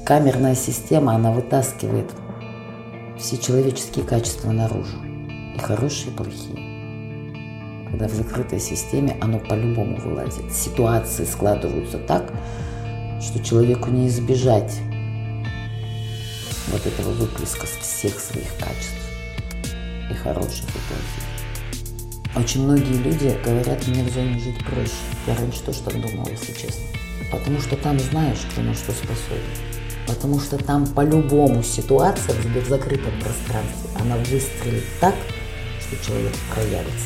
камерная система, она вытаскивает все человеческие качества наружу. И хорошие, и плохие. Когда в закрытой системе оно по-любому вылазит. Ситуации складываются так, что человеку не избежать вот этого выплеска всех своих качеств. И хороших, и плохих. Очень многие люди говорят, мне в зоне жить проще. Я раньше тоже так думала, если честно. Потому что там знаешь, кто на что способен. Потому что там по-любому ситуация в закрытом пространстве, она выстрелит так, что человек проявится.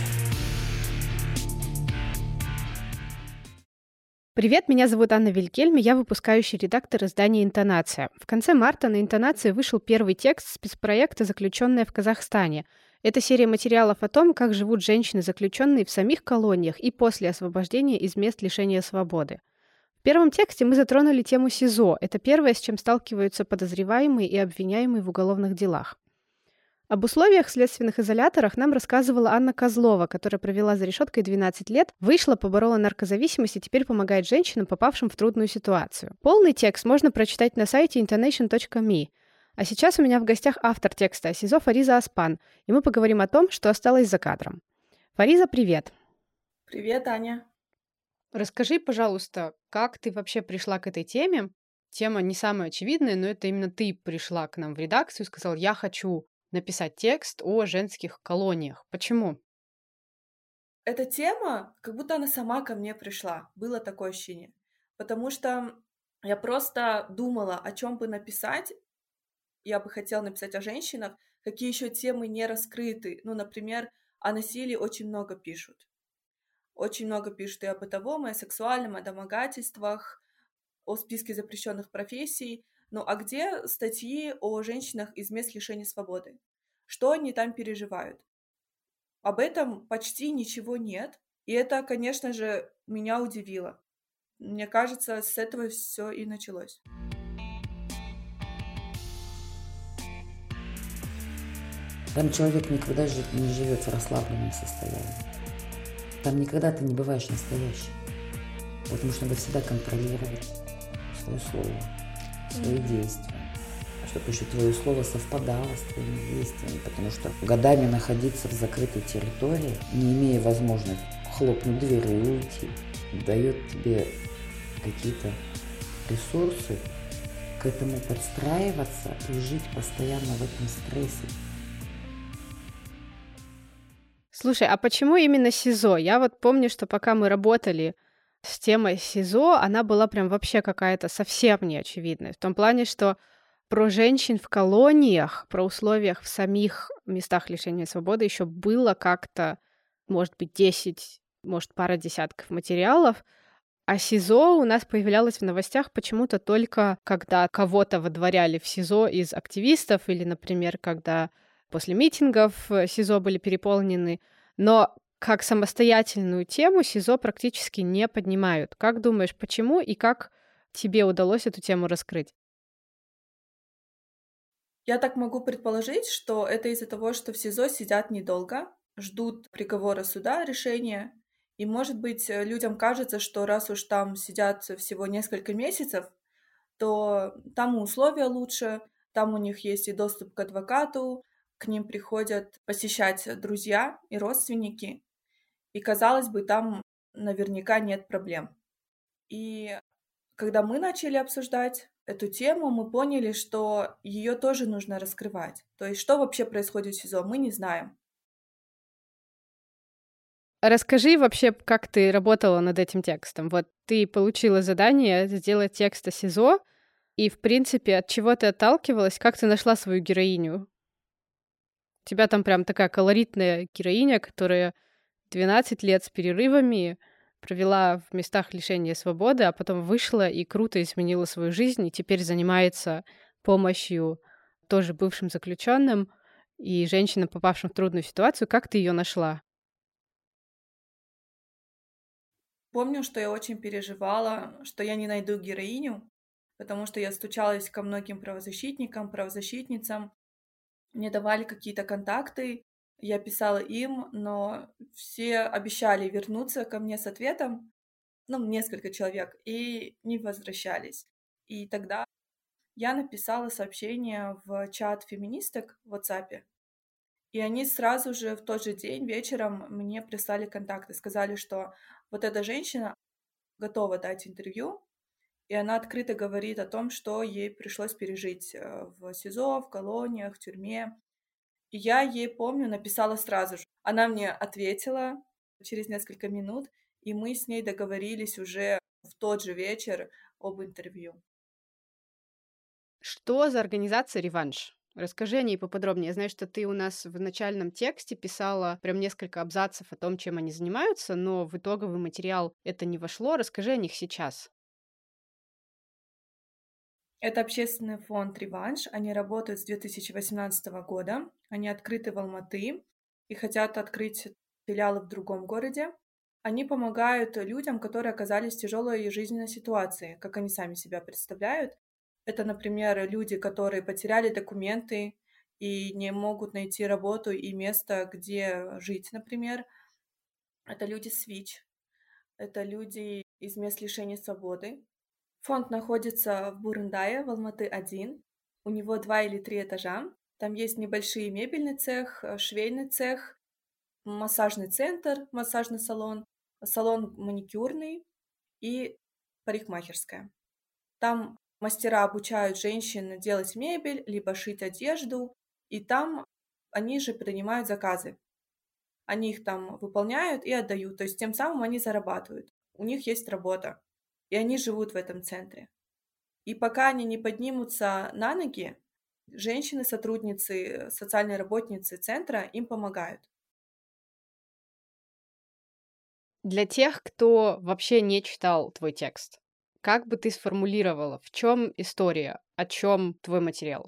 Привет, меня зовут Анна Вилькельм, я выпускающий редактор издания «Интонация». В конце марта на «Интонации» вышел первый текст спецпроекта «Заключенные в Казахстане». Это серия материалов о том, как живут женщины-заключенные в самих колониях и после освобождения из мест лишения свободы. В первом тексте мы затронули тему СИЗО. Это первое, с чем сталкиваются подозреваемые и обвиняемые в уголовных делах. Об условиях в следственных изоляторах нам рассказывала Анна Козлова, которая провела за решеткой 12 лет, вышла, поборола наркозависимость и теперь помогает женщинам, попавшим в трудную ситуацию. Полный текст можно прочитать на сайте intonation.me. А сейчас у меня в гостях автор текста о СИЗО Фариза Оспан, и мы поговорим о том, что осталось за кадром. Фариза, привет! Привет, Аня! Расскажи, пожалуйста, как ты вообще пришла к этой теме? Тема не самая очевидная, но это именно ты пришла к нам в редакцию и сказала, я хочу написать текст о женских колониях. Почему? Эта тема, как будто она сама ко мне пришла. Было такое ощущение. Потому что я просто думала, о чем бы написать. Я бы хотела написать о женщинах, какие еще темы не раскрыты. Ну, например, о насилии очень много пишут. Очень много пишут и о бытовом, и о сексуальном, о домогательствах, о списке запрещенных профессий. Ну, а где статьи о женщинах из мест лишения свободы? Что они там переживают? Об этом почти ничего нет. И это, конечно же, меня удивило. Мне кажется, с этого все и началось. Там человек никогда не живет в расслабленном состоянии. Там никогда ты не бываешь настоящим. Потому что надо всегда контролировать свое слово, свои действия. Чтобы еще твое слово совпадало с твоими действиями. Потому что годами находиться в закрытой территории, не имея возможности хлопнуть дверью и уйти, дает тебе какие-то ресурсы к этому подстраиваться и жить постоянно в этом стрессе. Слушай, а почему именно СИЗО? Я вот помню, что пока мы работали с темой СИЗО, она была прям вообще какая-то совсем неочевидная. В том плане, что про женщин в колониях, про условиях в самих местах лишения свободы еще было как-то, может быть, 10, может, пара десятков материалов, а СИЗО у нас появлялось в новостях почему-то только когда кого-то выдворяли в СИЗО из активистов или, например, когда после митингов СИЗО были переполнены. Но как самостоятельную тему СИЗО практически не поднимают. Как думаешь, почему и как тебе удалось эту тему раскрыть? Я так могу предположить, что это из-за того, что в СИЗО сидят недолго, ждут приговора суда, решения. И, может быть, людям кажется, что раз уж там сидят всего несколько месяцев, то там и условия лучше, там у них есть и доступ к адвокату, к ним приходят посещать друзья и родственники. И, казалось бы, там наверняка нет проблем. И когда мы начали обсуждать эту тему, мы поняли, что ее тоже нужно раскрывать. То есть, что вообще происходит в СИЗО, мы не знаем. Расскажи вообще, как ты работала над этим текстом. Вот ты получила задание сделать текст о СИЗО, и, в принципе, от чего ты отталкивалась, как ты нашла свою героиню? У тебя там прям такая колоритная героиня, которая 12 лет с перерывами провела в местах лишения свободы, а потом вышла и круто изменила свою жизнь, и теперь занимается помощью тоже бывшим заключенным и женщинам, попавшим в трудную ситуацию. Как ты ее нашла? Помню, что я очень переживала, что я не найду героиню, потому что я стучалась ко многим правозащитникам, правозащитницам, мне давали какие-то контакты, я писала им, но все обещали вернуться ко мне с ответом, ну, несколько человек, и не возвращались. И тогда я написала сообщение в чат феминисток в WhatsApp, и они сразу же в тот же день вечером мне прислали контакты, сказали, что вот эта женщина готова дать интервью, и она открыто говорит о том, что ей пришлось пережить в СИЗО, в колониях, в тюрьме. И я ей, помню, написала сразу же. Она мне ответила через несколько минут, и мы с ней договорились уже в тот же вечер об интервью. Что за организация «Реванш»? Расскажи о ней поподробнее. Я знаю, что ты у нас в начальном тексте писала прям несколько абзацев о том, чем они занимаются, но в итоговый материал это не вошло. Расскажи о них сейчас. Это общественный фонд «Реванш». Они работают с 2018 года. Они открыты в Алматы и хотят открыть филиалы в другом городе. Они помогают людям, которые оказались в тяжелой жизненной ситуации, как они сами себя представляют. Это, например, люди, которые потеряли документы и не могут найти работу и место, где жить, например. Это люди с ВИЧ, это люди из мест лишения свободы. Фонд находится в Бурундае, в Алматы-1. У него 2 или 3 этажа. Там есть небольшой мебельный цех, швейный цех, массажный центр, массажный салон, салон маникюрный и парикмахерская. Там мастера обучают женщин делать мебель, либо шить одежду, и там они же принимают заказы. Они их там выполняют и отдают, то есть тем самым они зарабатывают. У них есть работа, и они живут в этом центре. И пока они не поднимутся на ноги, женщины, сотрудницы, социальные работницы центра им помогают. Для тех, кто вообще не читал твой текст, как бы ты сформулировала, в чем история, о чем твой материал?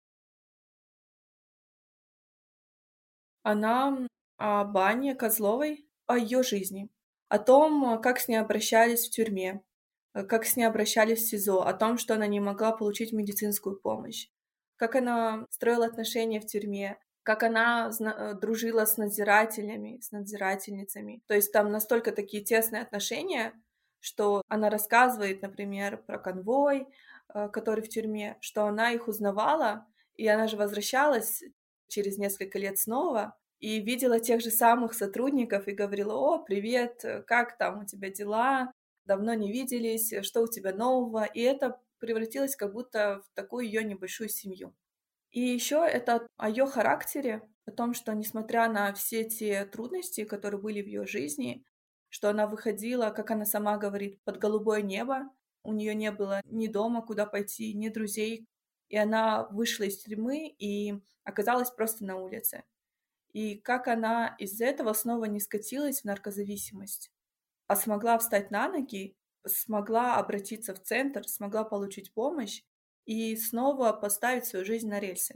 Она о Бане Козловой, о ее жизни, о том, как с ней обращались в тюрьме, как с ней обращались в СИЗО, о том, что она не могла получить медицинскую помощь, как она строила отношения в тюрьме, как она дружила с надзирателями, с надзирательницами. То есть там настолько такие тесные отношения, что она рассказывает, например, про конвой, который в тюрьме, что она их узнавала, и она же возвращалась через несколько лет снова, и видела тех же самых сотрудников и говорила: «О, привет, как там у тебя дела? Давно не виделись, что у тебя нового?» И это превратилось как будто в такую ее небольшую семью. И еще это о ее характере, о том, что несмотря на все те трудности, которые были в ее жизни, что она выходила, как она сама говорит, под голубое небо, у нее не было ни дома, куда пойти, ни друзей, и она вышла из тюрьмы и оказалась просто на улице. И как она из-за этого снова не скатилась в наркозависимость, а смогла встать на ноги, смогла обратиться в центр, смогла получить помощь и снова поставить свою жизнь на рельсы.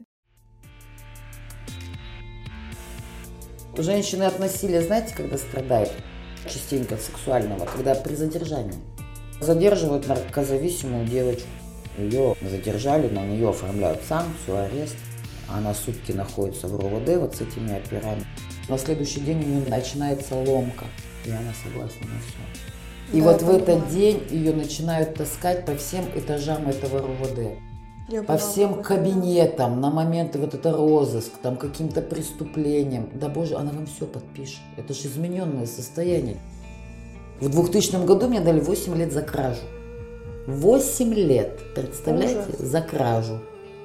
Женщины от насилия, знаете, когда страдают? Частенько сексуального, когда при задержании. Задерживают наркозависимую девочку. Ее задержали, на нее оформляют санкцию, арест. Она сутки находится в РОВД вот с этими операми. На следующий день у нее начинается ломка, и она согласна на все. И да, вот в этот день ее начинают таскать по всем этажам этого РОВД. По всем кабинетам, на моменты вот это розыск, там каким-то преступлением. Да боже, она вам все подпишет. Это же измененное состояние. В 2000 году мне дали 8 лет за кражу. 8 лет, представляете, ужас. За кражу.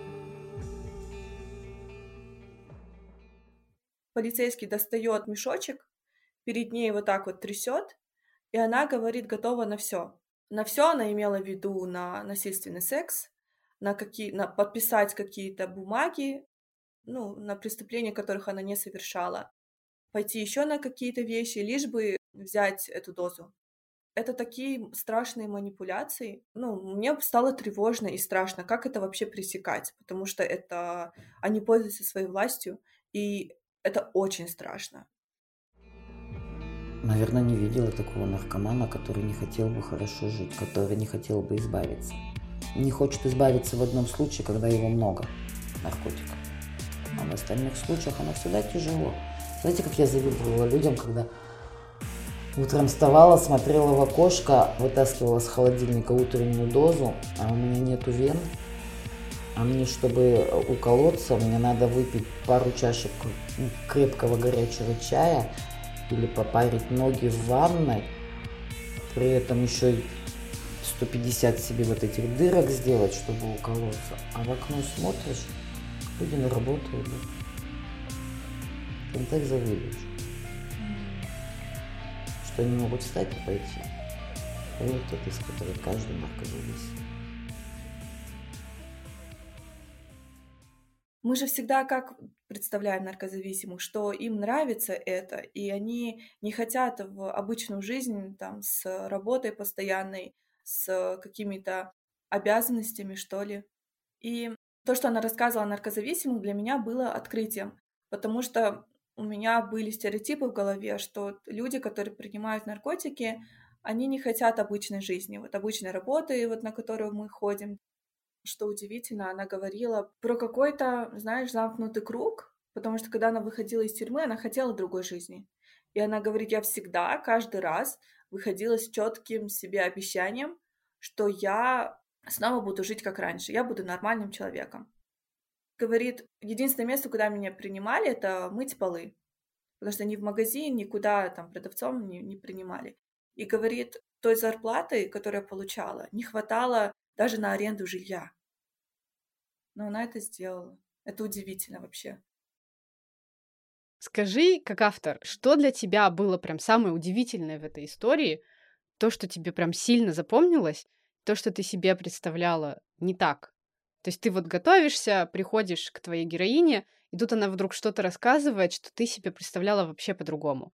Полицейский достает мешочек, перед ней вот так вот трясет, и она говорит, готова на все. На все она имела в виду на насильственный секс, на подписать какие-то бумаги, на преступления, которых она не совершала, пойти еще на какие-то вещи, лишь бы взять эту дозу. Это такие страшные манипуляции. Мне стало тревожно и страшно, как это вообще пресекать, потому что они пользуются своей властью, и это очень страшно. Наверное, не видела такого наркомана, который не хотел бы хорошо жить, который не хотел бы избавиться. Не хочет избавиться в одном случае, когда его много, наркотиков. А в остальных случаях оно всегда тяжело. Знаете, как я завидовала людям, когда утром вставала, смотрела в окошко, вытаскивала с холодильника утреннюю дозу, а у меня нету вен. А мне, чтобы уколоться, мне надо выпить пару чашек крепкого горячего чая или попарить ноги в ванной, при этом еще 150 себе вот этих дырок сделать, чтобы уколоться. А в окно смотришь, люди на работу идут. Ты так завидуешь, что они могут встать и пойти. И вот это испытывает каждый наркозависимый. Мы же всегда как представляем наркозависимых, что им нравится это, и они не хотят в обычную жизнь там с работой постоянной, с какими-то обязанностями, что ли. И то, что она рассказывала о наркозависимых, для меня было открытием, потому что у меня были стереотипы в голове, что люди, которые принимают наркотики, они не хотят обычной жизни, вот обычной работы, вот на которую мы ходим. Что удивительно, она говорила про какой-то, знаешь, замкнутый круг, потому что когда она выходила из тюрьмы, она хотела другой жизни. И она говорит, я всегда, каждый раз выходила с четким себе обещанием, что я снова буду жить как раньше, я буду нормальным человеком. Говорит, единственное место, куда меня принимали, это мыть полы, потому что ни в магазин, никуда там продавцом не принимали. И говорит, той зарплаты, которую я получала, не хватало даже на аренду жилья. Но она это сделала. Это удивительно вообще. Скажи, как автор, что для тебя было прям самое удивительное в этой истории? То, что тебе прям сильно запомнилось, то, что ты себе представляла не так. То есть ты вот готовишься, приходишь к твоей героине, и тут она вдруг что-то рассказывает, что ты себе представляла вообще по-другому.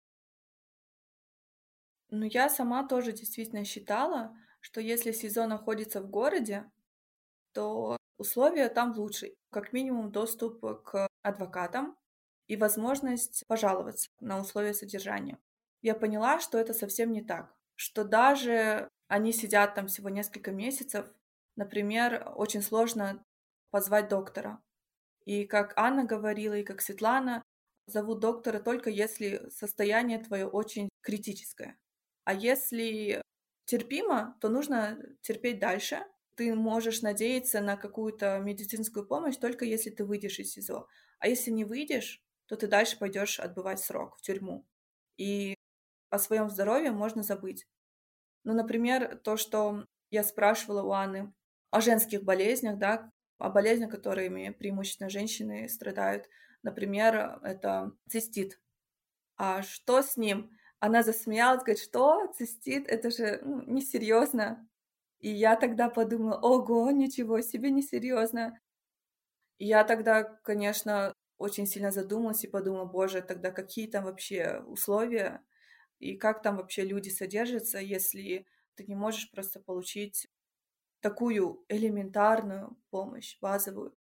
Ну, я сама тоже действительно считала, что если СИЗО находится в городе, то условия там лучше. Как минимум доступ к адвокатам и возможность пожаловаться на условия содержания. Я поняла, что это совсем не так. Что даже они сидят там всего несколько месяцев, например, очень сложно позвать доктора. И как Анна говорила, и как Светлана, зовут доктора только если состояние твое очень критическое. А если терпимо, то нужно терпеть дальше. Ты можешь надеяться на какую-то медицинскую помощь только если ты выйдешь из СИЗО. А если не выйдешь, то ты дальше пойдешь отбывать срок в тюрьму. И о своем здоровье можно забыть. Ну, например, то, что я спрашивала у Анны о женских болезнях, да, о болезнях, которыми преимущественно женщины страдают. Например, это цистит. А что с ним? Она засмеялась, говорит, что цистит? Это же несерьезно. И я тогда подумала, ого, ничего себе, несерьезно. И я тогда, конечно, очень сильно задумалась и подумала, боже, тогда какие там вообще условия и как там вообще люди содержатся, если ты не можешь просто получить такую элементарную помощь, базовую.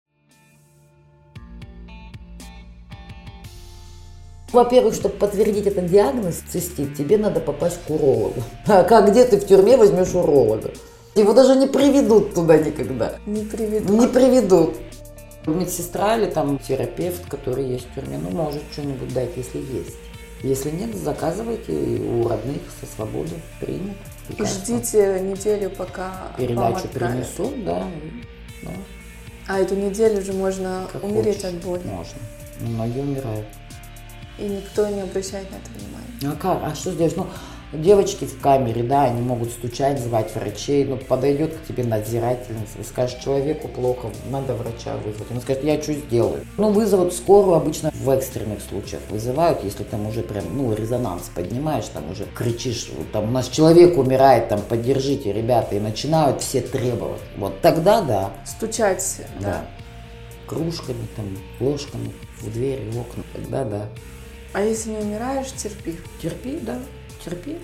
Во-первых, чтобы подтвердить этот диагноз, цистит, тебе надо попасть к урологу. А где ты в тюрьме возьмешь уролога? Его даже не приведут туда никогда. Не приведут. Не приведут. Медсестра или там терапевт, который есть в тюрьме, может что-нибудь дать, если есть. Если нет, заказывайте у родных со свободы, примут. И ждите неделю, пока передачу принесут, да. А эту неделю же можно как умереть хочешь. от боли. Можно. Многие умирают. И никто не обращает на это внимания. А как? А что сделаешь? Девочки в камере, да, они могут стучать, звать врачей, подойдет к тебе надзирательница и скажет, человеку плохо, надо врача вызвать. Он скажет, я что сделаю? Вызовут скорую, обычно в экстренных случаях вызывают, если там уже прям, резонанс поднимаешь, там уже кричишь, там у нас человек умирает, там поддержите, ребята, и начинают все требовать. Вот тогда да. Стучать, да. Кружками, там, ложками в двери, в окна, тогда да. А если не умираешь, терпи. Терпи, да. Терпи.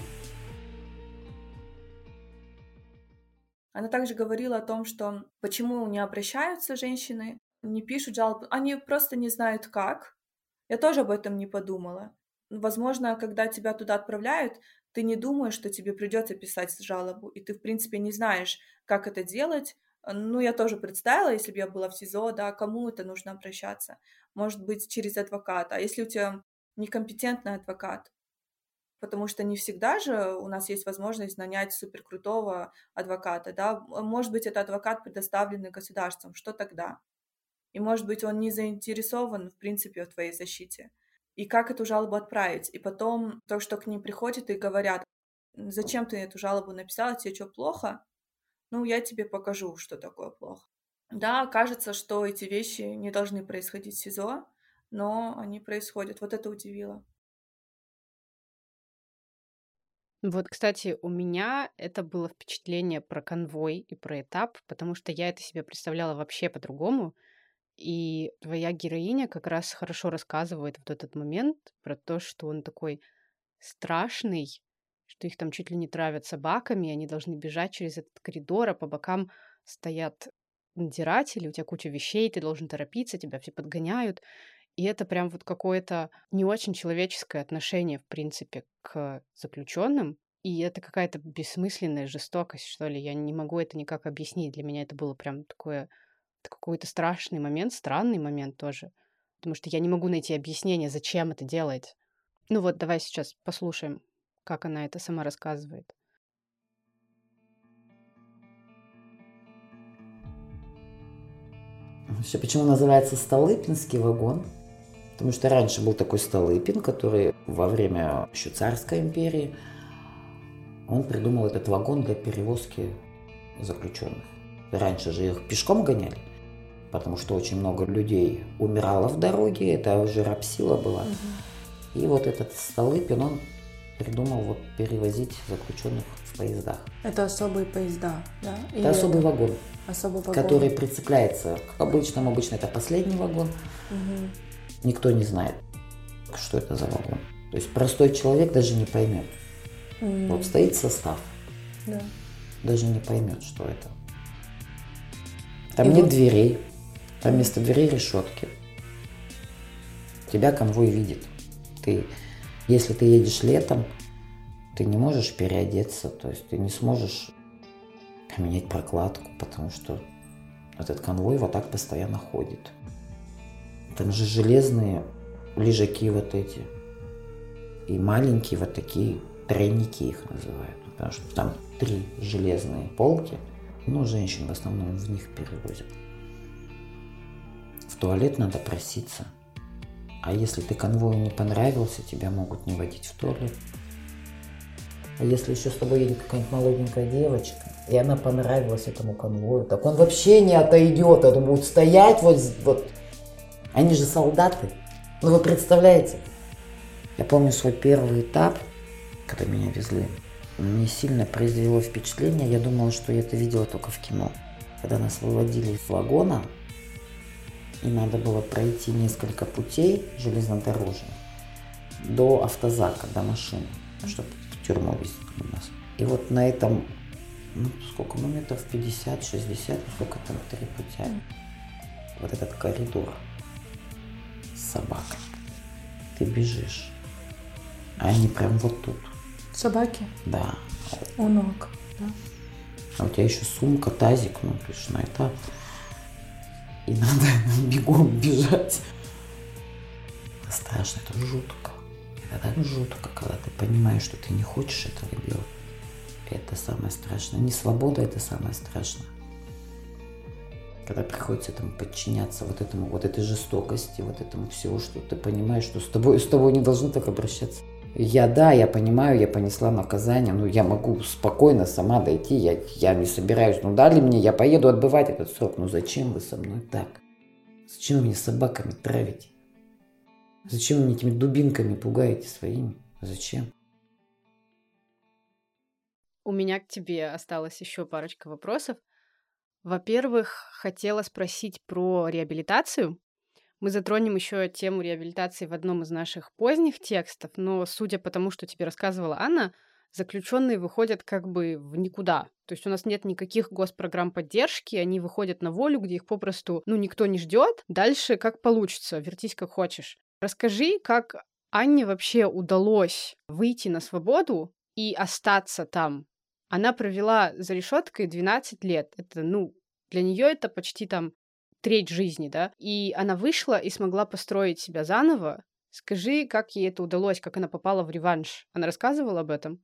Она также говорила о том, что почему не обращаются женщины, не пишут жалобы, они просто не знают как. Я тоже об этом не подумала. Возможно, когда тебя туда отправляют, ты не думаешь, что тебе придется писать жалобу, и ты, в принципе, не знаешь, как это делать. Я тоже представила, если бы я была в СИЗО, да, кому это нужно обращаться. Может быть, через адвоката. А если у тебя некомпетентный адвокат? потому что не всегда же у нас есть возможность нанять суперкрутого адвоката, да, может быть, это адвокат, предоставленный государством, что тогда? И, может быть, он не заинтересован, в принципе, в твоей защите. И как эту жалобу отправить? И потом то, что к ним приходят и говорят: зачем ты эту жалобу написала, тебе что, плохо? Ну, я тебе покажу, что такое плохо. Да, кажется, что эти вещи не должны происходить в СИЗО, но они происходят. Вот это удивило. Вот, кстати, у меня это было впечатление про конвой и про этап, потому что я это себе представляла вообще по-другому. И твоя героиня как раз хорошо рассказывает вот этот момент про то, что он такой страшный, что их там чуть ли не травят собаками, и они должны бежать через этот коридор, а по бокам стоят надзиратели, у тебя куча вещей, ты должен торопиться, тебя все подгоняют. И это прям вот какое-то не очень человеческое отношение, в принципе, к заключенным. И это какая-то бессмысленная жестокость, что ли. Я не могу это никак объяснить. Для меня это было прям такое какой-то страшный момент, странный момент тоже. Потому что я не могу найти объяснение, зачем это делать. Ну вот, давай сейчас послушаем, как она это сама рассказывает. Все, почему называется Столыпинский вагон? Потому что раньше был такой Столыпин, который во время еще царской империи, он придумал этот вагон для перевозки заключенных. Раньше же их пешком гоняли, потому что очень много людей умирало в дороге, это уже рабсила была. И вот этот Столыпин, он придумал вот перевозить заключенных в поездах. Это особые поезда, да? Это особый вагон, вагон, который прицепляется к обычному. Обычно это последний вагон. Никто не знает, что это за вагон. То есть простой человек даже не поймет. Вот стоит состав, да. Даже не поймет, что это. Там нет дверей, там вместо дверей решетки. Тебя конвой видит. Если ты едешь летом, ты не можешь переодеться, то есть ты не сможешь поменять прокладку, потому что этот конвой вот так постоянно ходит. Там же железные лежаки вот эти. И маленькие вот такие тройники их называют. Потому что там 3 железные полки. Ну, женщин в основном в них перевозят. В туалет надо проситься. А если ты конвою не понравился, тебя могут не водить в туалет. А если еще с тобой едет какая-нибудь молоденькая девочка, и она понравилась этому конвою, так он вообще не отойдет, он будет стоять вот. Они же солдаты. Ну вы представляете? Я помню свой первый этап, когда меня везли. Мне сильно произвело впечатление. Я думала, что я это видела только в кино. Когда нас выводили из вагона, и надо было пройти несколько путей железнодорожных до автозака, до машины, чтобы в тюрьму везти нас. И вот на этом, сколько, метров 50-60, сколько там, 3 путя. Вот этот коридор с собакой. Ты бежишь, а они прям вот тут. Собаки? Да. У ног, да? А у тебя еще сумка, тазик, ты же на этап. И надо бегом бежать. Это страшно, это жутко. Это так жутко, когда ты понимаешь, что ты не хочешь этого делать. Это самое страшное. Не свобода, это самое страшное. Когда приходится этому подчиняться, вот этой жестокости, вот этому всего, что ты понимаешь, что с тобой не должны так обращаться. Я понимаю, я понесла наказание, но я могу спокойно сама дойти, я не собираюсь, дали мне, я поеду отбывать этот срок. Зачем вы со мной так? Зачем вы меня собаками травите? Зачем вы меня этими дубинками пугаете своими? Зачем? У меня к тебе осталось еще парочка вопросов. Во-первых, хотела спросить про реабилитацию. Мы затронем еще тему реабилитации в одном из наших поздних текстов, но судя по тому, что тебе рассказывала Анна, заключенные выходят как бы в никуда. То есть у нас нет никаких госпрограмм поддержки, они выходят на волю, где их попросту, никто не ждет. Дальше как получится, вертись как хочешь. Расскажи, как Анне вообще удалось выйти на свободу и остаться там. Она провела за решеткой 12 лет. Это, для нее это почти треть жизни, да? И она вышла и смогла построить себя заново, Скажи, как ей это удалось, как она попала в реванш? Она рассказывала об этом?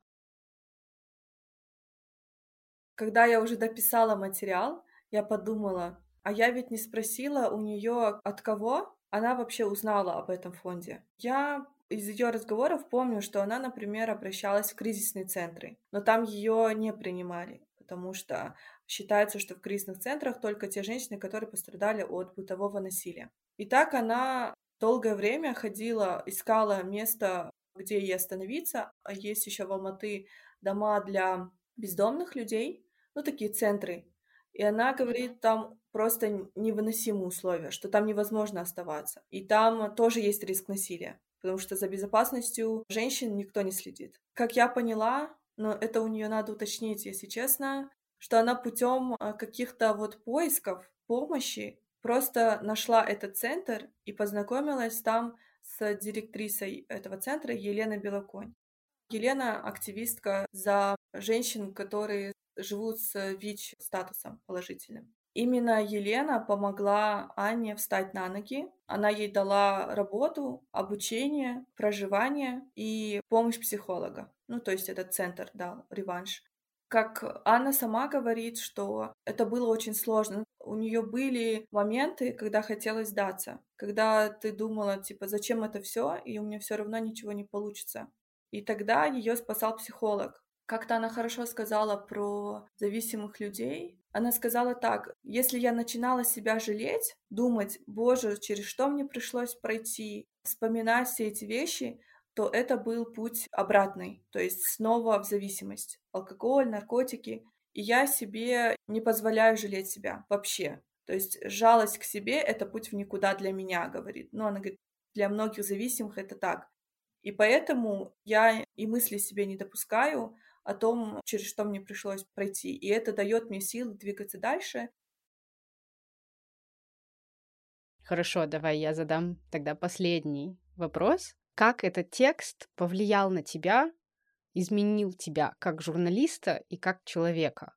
Когда я уже дописала материал, я подумала, а я ведь не спросила у нее, от кого она вообще узнала об этом фонде. Я из ее разговоров помню, что она, например, обращалась в кризисные центры, но там ее не принимали, потому что считается, что в кризисных центрах только те женщины, которые пострадали от бытового насилия. И так она долгое время ходила, искала место, где ей остановиться. А есть еще в Алматы дома для бездомных людей, ну, такие центры. И она говорит, там просто невыносимые условия, что там невозможно оставаться. И там тоже есть риск насилия, потому что за безопасностью женщин никто не следит. Как я поняла, но это у нее надо уточнить, если честно, что она путем каких-то вот поисков помощи просто нашла этот центр и познакомилась там с директрисой этого центра Еленой Белоконь. Елена — активистка за женщин, которые живут с ВИЧ-статусом положительным. Именно Елена помогла Анне встать на ноги. Она ей дала работу, обучение, проживание и помощь психолога. Ну, то есть этот центр дал реванш. Как Анна сама говорит, что это было очень сложно. У нее были моменты, когда хотелось сдаться, когда ты думала, типа, зачем это все, и у меня все равно ничего не получится. И тогда ее спасал психолог. Как-то она хорошо сказала про зависимых людей. Она сказала так: если я начинала себя жалеть, думать, боже, через что мне пришлось пройти, вспоминать все эти вещи, то это был путь обратный, то есть снова в зависимость. Алкоголь, наркотики. И я себе не позволяю жалеть себя вообще. То есть жалость к себе — это путь в никуда для меня, говорит. Ну, она говорит, для многих зависимых это так. И поэтому я и мысли себе не допускаю о том, через что мне пришлось пройти. И это дает мне силы двигаться дальше. Хорошо, давай я задам тогда последний вопрос. Как этот текст повлиял на тебя, изменил тебя как журналиста и как человека?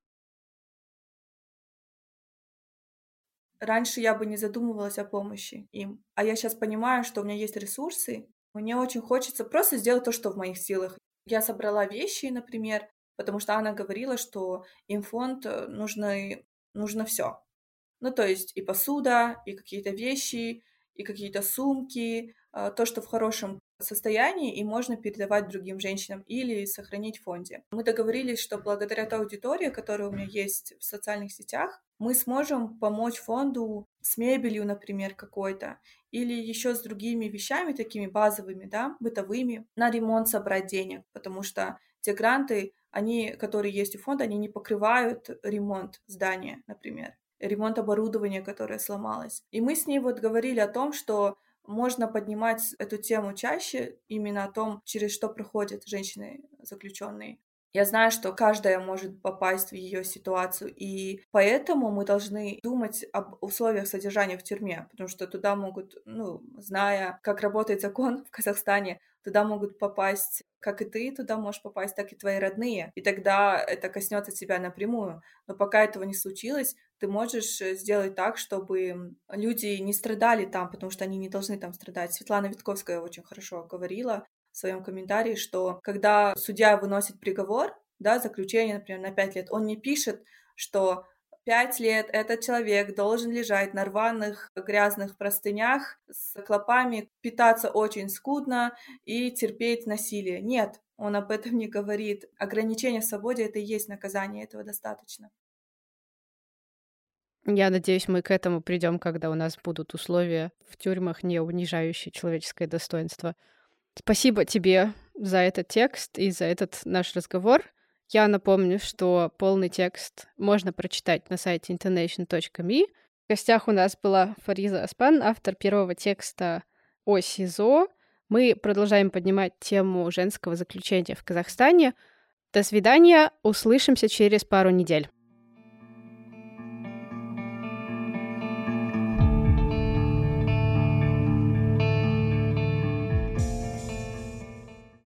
Раньше я бы не задумывалась о помощи им, а я сейчас понимаю, что у меня есть ресурсы. Мне очень хочется просто сделать то, что в моих силах. Я собрала вещи, например, потому что она говорила, что им фонд нужно все. Ну, то есть и посуда, и какие-то вещи, и какие-то сумки, то, что в хорошем состоянии, и можно передавать другим женщинам или сохранить в фонде. Мы договорились, что благодаря той аудитории, которая у меня есть в социальных сетях, мы сможем помочь фонду с мебелью, например, какой-то, или еще с другими вещами, такими базовыми, да, бытовыми, на ремонт собрать денег, потому что те гранты, которые есть у фонда, они не покрывают ремонт здания, например, ремонт оборудования, которое сломалось. И мы с ней вот говорили о том, что можно поднимать эту тему чаще, именно о том, через что проходят женщины заключенные. Я знаю, что каждая может попасть в ее ситуацию, и поэтому мы должны думать об условиях содержания в тюрьме, потому что туда могут, зная, как работает закон в Казахстане, туда могут попасть, как и ты туда можешь попасть, так и твои родные, и тогда это коснется тебя напрямую. Но пока этого не случилось, ты можешь сделать так, чтобы люди не страдали там, потому что они не должны там страдать. Светлана Витковская очень хорошо говорила в своем комментарии, что когда судья выносит приговор, да, заключение, например, на 5 лет, он не пишет, что 5 лет этот человек должен лежать на рваных грязных простынях с клопами, питаться очень скудно и терпеть насилие. Нет, он об этом не говорит. Ограничение в свободе — это и есть наказание, этого достаточно. Я надеюсь, мы к этому придем, когда у нас будут условия в тюрьмах, не унижающие человеческое достоинство. Спасибо тебе за этот текст и за этот наш разговор. Я напомню, что полный текст можно прочитать на сайте intonation.me. В гостях у нас была Фариза Аспан, автор первого текста о СИЗО. Мы продолжаем поднимать тему женского заключения в Казахстане. До свидания, услышимся через пару недель.